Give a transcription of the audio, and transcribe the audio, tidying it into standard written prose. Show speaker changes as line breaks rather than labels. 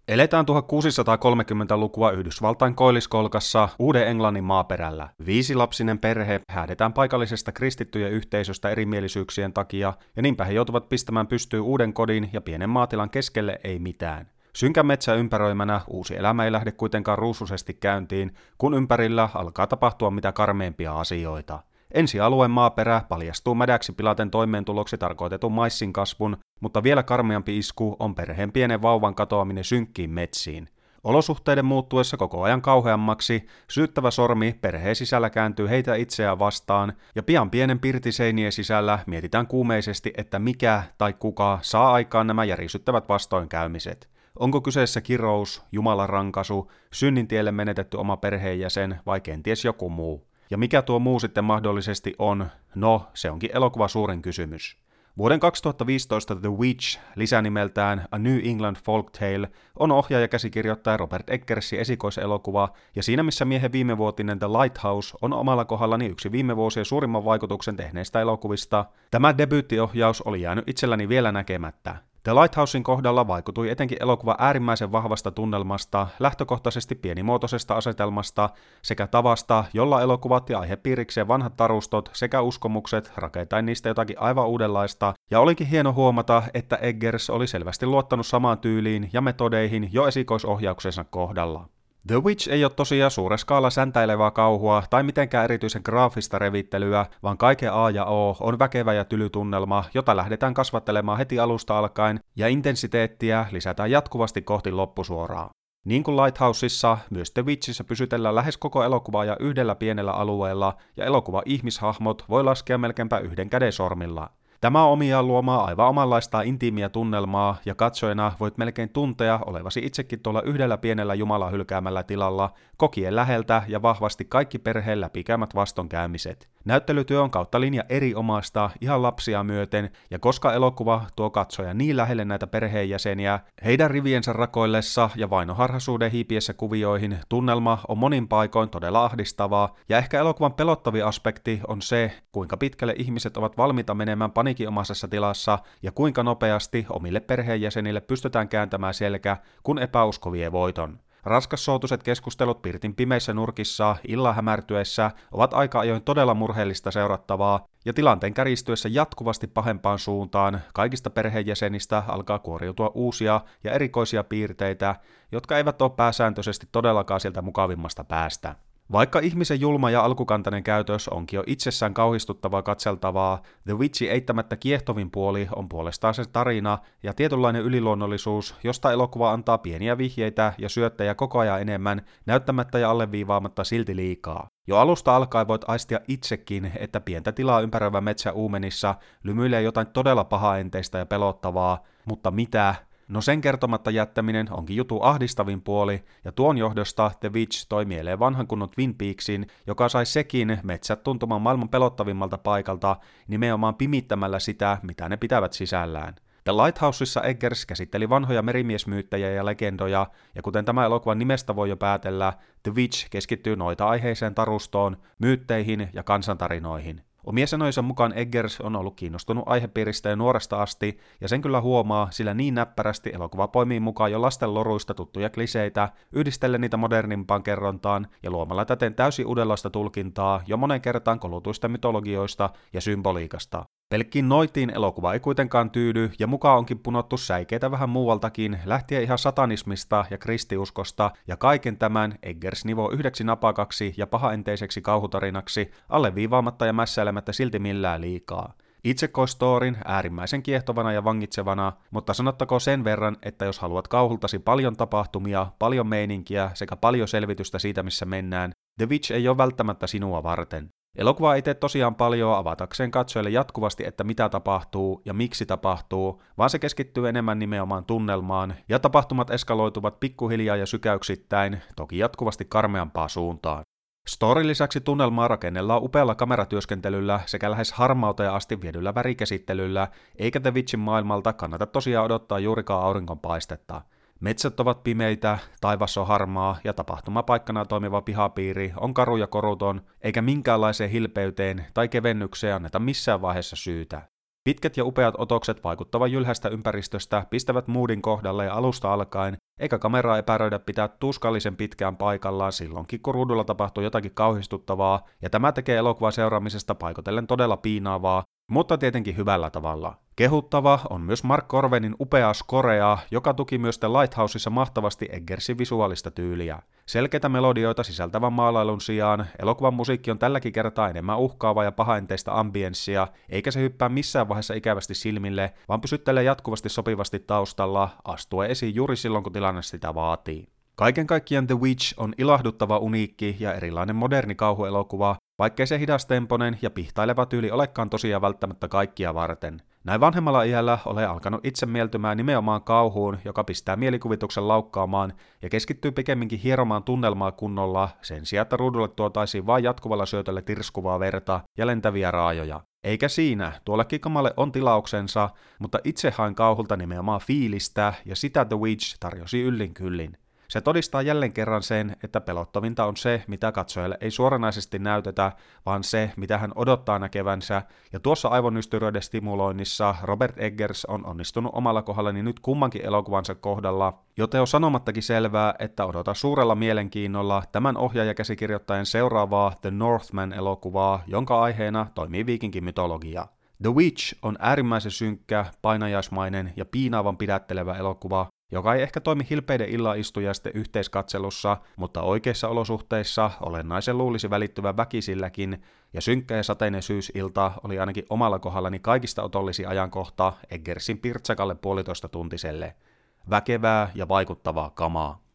Eletään 1630-lukua Yhdysvaltain koilliskolkassa Uuden-Englannin maaperällä. 5-lapsinen perhe häädetään paikallisesta kristittyjen yhteisöstä erimielisyyksien takia, ja niinpä he joutuvat pistämään pystyyn uuden kodin ja pienen maatilan keskelle ei mitään. Synkän metsän ympäröimänä uusi elämä ei lähde kuitenkaan ruusuisesti käyntiin, kun ympärillä alkaa tapahtua mitä karmeimpia asioita. Ensi alueen maaperä paljastuu mädäksi pilaten toimeentuloksi tarkoitetun maissin kasvun, mutta vielä karmeampi isku on perheen pienen vauvan katoaminen synkkiin metsiin. Olosuhteiden muuttuessa koko ajan kauheammaksi, syyttävä sormi perheen sisällä kääntyy heitä itseään vastaan, ja pian pienen pirtiseinien sisällä mietitään kuumeisesti, että mikä tai kuka saa aikaan nämä järisyttävät vastoinkäymiset. Onko kyseessä kirous, Jumalan rankaisu, synnin tielle menetetty oma perheenjäsen vai kenties joku muu? Ja mikä tuo muu sitten mahdollisesti on? No, se onkin elokuva suurin kysymys. Vuoden 2015 The Witch, lisänimeltään A New England Folktale, on ohjaaja-käsikirjoittaja Robert Eggersin esikoiselokuva, ja siinä missä miehen viimevuotinen The Lighthouse on omalla kohdallani yksi viime vuosien suurimman vaikutuksen tehneistä elokuvista, tämä debyyttiohjaus oli jäänyt itselläni vielä näkemättä. The Lighthousen kohdalla vaikutui etenkin elokuva äärimmäisen vahvasta tunnelmasta, lähtökohtaisesti pienimuotoisesta asetelmasta sekä tavasta, jolla elokuvat ja aihepiirikseen vanhat tarustot sekä uskomukset rakentaen niistä jotakin aivan uudenlaista, ja olikin hieno huomata, että Eggers oli selvästi luottanut samaan tyyliin ja metodeihin jo esikoisohjauksensa kohdalla. The Witch ei ole tosiaan suuren skaala säntäilevää kauhua tai mitenkään erityisen graafista revittelyä, vaan kaiken A ja O on väkevä ja tyly tunnelma, jota lähdetään kasvattelemaan heti alusta alkaen, ja intensiteettiä lisätään jatkuvasti kohti loppusuoraa. Niin kuin Lighthouseissa, myös The Witchissä pysytellään lähes koko elokuvaa ja yhdellä pienellä alueella, ja elokuva ihmishahmot voi laskea melkeinpä yhden käden sormilla. Tämä on omiaan luomaan aivan omanlaista intiimiä tunnelmaa, ja katsojana voit melkein tuntea olevasi itsekin tuolla yhdellä pienellä Jumalan hylkäämällä tilalla, kokien läheltä ja vahvasti kaikki perheen läpikäymät vastonkäymiset. Näyttelytyö on kautta linja erinomaista, ihan lapsia myöten, ja koska elokuva tuo katsoja niin lähelle näitä perheenjäseniä, heidän riviensä rakoillessa ja vainoharhaisuuden hiipiessä kuvioihin, tunnelma on monin paikoin todella ahdistavaa, ja ehkä elokuvan pelottavin aspekti on se, kuinka pitkälle ihmiset ovat valmiita menemään paniikinomaisessa tilassa, ja kuinka nopeasti omille perheenjäsenille pystytään kääntämään selkä, kun epäusko vie voiton. Raskassoutuiset keskustelut pirtin pimeissä nurkissa illan hämärtyessä ovat aika ajoin todella murheellista seurattavaa, ja tilanteen kärjistyessä jatkuvasti pahempaan suuntaan kaikista perheenjäsenistä alkaa kuoriutua uusia ja erikoisia piirteitä, jotka eivät ole pääsääntöisesti todellakaan sieltä mukavimmasta päästä. Vaikka ihmisen julma ja alkukantainen käytös onkin jo itsessään kauhistuttavaa katseltavaa, The Witchin eittämättä kiehtovin puoli on puolestaan se tarina ja tietynlainen yliluonnollisuus, josta elokuva antaa pieniä vihjeitä ja syöttejä koko ajan enemmän, näyttämättä ja alleviivaamatta silti liikaa. Jo alusta alkaen voit aistia itsekin, että pientä tilaa ympäröivä metsä uumenissa lymyilee jotain todella pahaenteistä ja pelottavaa, mutta mitä? No sen kertomatta jättäminen onkin jutun ahdistavin puoli, ja tuon johdosta The Witch toi mieleen vanhan kunnon Twin Peaksin, joka sai sekin metsät tuntumaan maailman pelottavimmalta paikalta nimenomaan pimittämällä sitä, mitä ne pitävät sisällään. The Lighthouseissa Eggers käsitteli vanhoja merimiesmyyttejä ja legendoja, ja kuten tämä elokuvan nimestä voi jo päätellä, The Witch keskittyy noita aiheeseen tarustoon, myytteihin ja kansantarinoihin. Omien sanojensa mukaan Eggers on ollut kiinnostunut aihepiiristä jo nuoresta asti, ja sen kyllä huomaa, sillä niin näppärästi elokuva poimii mukaan jo lasten loruista tuttuja kliseitä, yhdistellen niitä modernimpaan kerrontaan ja luomalla täten täysin uudenlaista tulkintaa jo monen kertaan kolutuista mytologioista ja symboliikasta. Pelkkiin noitiin elokuva ei kuitenkaan tyydy, ja mukaan onkin punottu säikeitä vähän muualtakin, lähtien ihan satanismista ja kristiuskosta, ja kaiken tämän Eggers nivoo yhdeksi napakaksi ja pahaenteiseksi kauhutarinaksi, alleviivaamatta ja mässäilemättä silti millään liikaa. Itse koin storin äärimmäisen kiehtovana ja vangitsevana, mutta sanottakoon sen verran, että jos haluat kauhultasi paljon tapahtumia, paljon meininkiä sekä paljon selvitystä siitä missä mennään, The Witch ei ole välttämättä sinua varten. Elokuva ei tee tosiaan paljon avatakseen katsojille jatkuvasti, että mitä tapahtuu ja miksi tapahtuu, vaan se keskittyy enemmän nimenomaan tunnelmaan, ja tapahtumat eskaloituvat pikkuhiljaa ja sykäyksittäin, toki jatkuvasti karmeampaan suuntaan. Storin lisäksi tunnelmaa rakennellaan upealla kameratyöskentelyllä sekä lähes harmauteen asti viedyllä värikäsittelyllä, eikä The Witchin maailmalta kannata tosiaan odottaa juurikaan auringonpaistetta. Metsät ovat pimeitä, taivas on harmaa ja tapahtumapaikkana toimiva pihapiiri on karu ja koruton, eikä minkäänlaiseen hilpeyteen tai kevennykseen anneta missään vaiheessa syytä. Pitkät ja upeat otokset vaikuttavan jylhästä ympäristöstä pistävät moodin kohdalle alusta alkaen, eikä kameraa epäröidä pitää tuskallisen pitkään paikallaan silloinkin, kun ruudulla tapahtuu jotakin kauhistuttavaa, ja tämä tekee elokuvan seuraamisesta paikotellen todella piinaavaa, mutta tietenkin hyvällä tavalla. Kehuttava on myös Mark Corvenin upeaa scorea, joka tuki myös The Lighthouseissa mahtavasti Eggersin visuaalista tyyliä. Selkeitä melodioita sisältävän maalailun sijaan elokuvan musiikki on tälläkin kertaa enemmän uhkaavaa ja pahaenteistä ambienssia, eikä se hyppää missään vaiheessa ikävästi silmille, vaan pysyttelee jatkuvasti sopivasti taustalla, astuen esiin juuri silloin, kun tilanne sitä vaatii. Kaiken kaikkiaan The Witch on ilahduttava, uniikki ja erilainen moderni kauhuelokuva, vaikkei se hidastempoinen ja pihtaileva tyyli olekaan tosiaan välttämättä kaikkia varten. Näin vanhemmalla iällä olen alkanut itse mieltymään nimenomaan kauhuun, joka pistää mielikuvituksen laukkaamaan ja keskittyy pikemminkin hieromaan tunnelmaa kunnolla sen sijaan, että ruudulle tuotaisiin vain jatkuvalla syötöllä tirskuvaa verta ja lentäviä raajoja. Eikä siinä, tuollekin kamalle on tilauksensa, mutta itse hain kauhulta nimenomaan fiilistä ja sitä The Witch tarjosi yllin kyllin. Se todistaa jälleen kerran sen, että pelottavinta on se, mitä katsojalle ei suoranaisesti näytetä, vaan se, mitä hän odottaa näkevänsä, ja tuossa aivonystyröiden stimuloinnissa Robert Eggers on onnistunut omalla kohdallani nyt kummankin elokuvansa kohdalla, joten on sanomattakin selvää, että odotan suurella mielenkiinnolla tämän ohjaajakäsikirjoittajan seuraavaa The Northman-elokuvaa, jonka aiheena toimii viikinkimytologia. The Witch on äärimmäisen synkkä, painajaismainen ja piinaavan pidättelevä elokuva, joka ei ehkä toimi hilpeiden illaistujaisten yhteiskatselussa, mutta oikeissa olosuhteissa olennaisen luulisi välittyvän väkisilläkin, ja synkkä ja sateinen syysilta oli ainakin omalla kohdallani kaikista otollisin ajankohta Eggersin pirtsakalle 1,5 tuntiselle. Väkevää ja vaikuttavaa kamaa.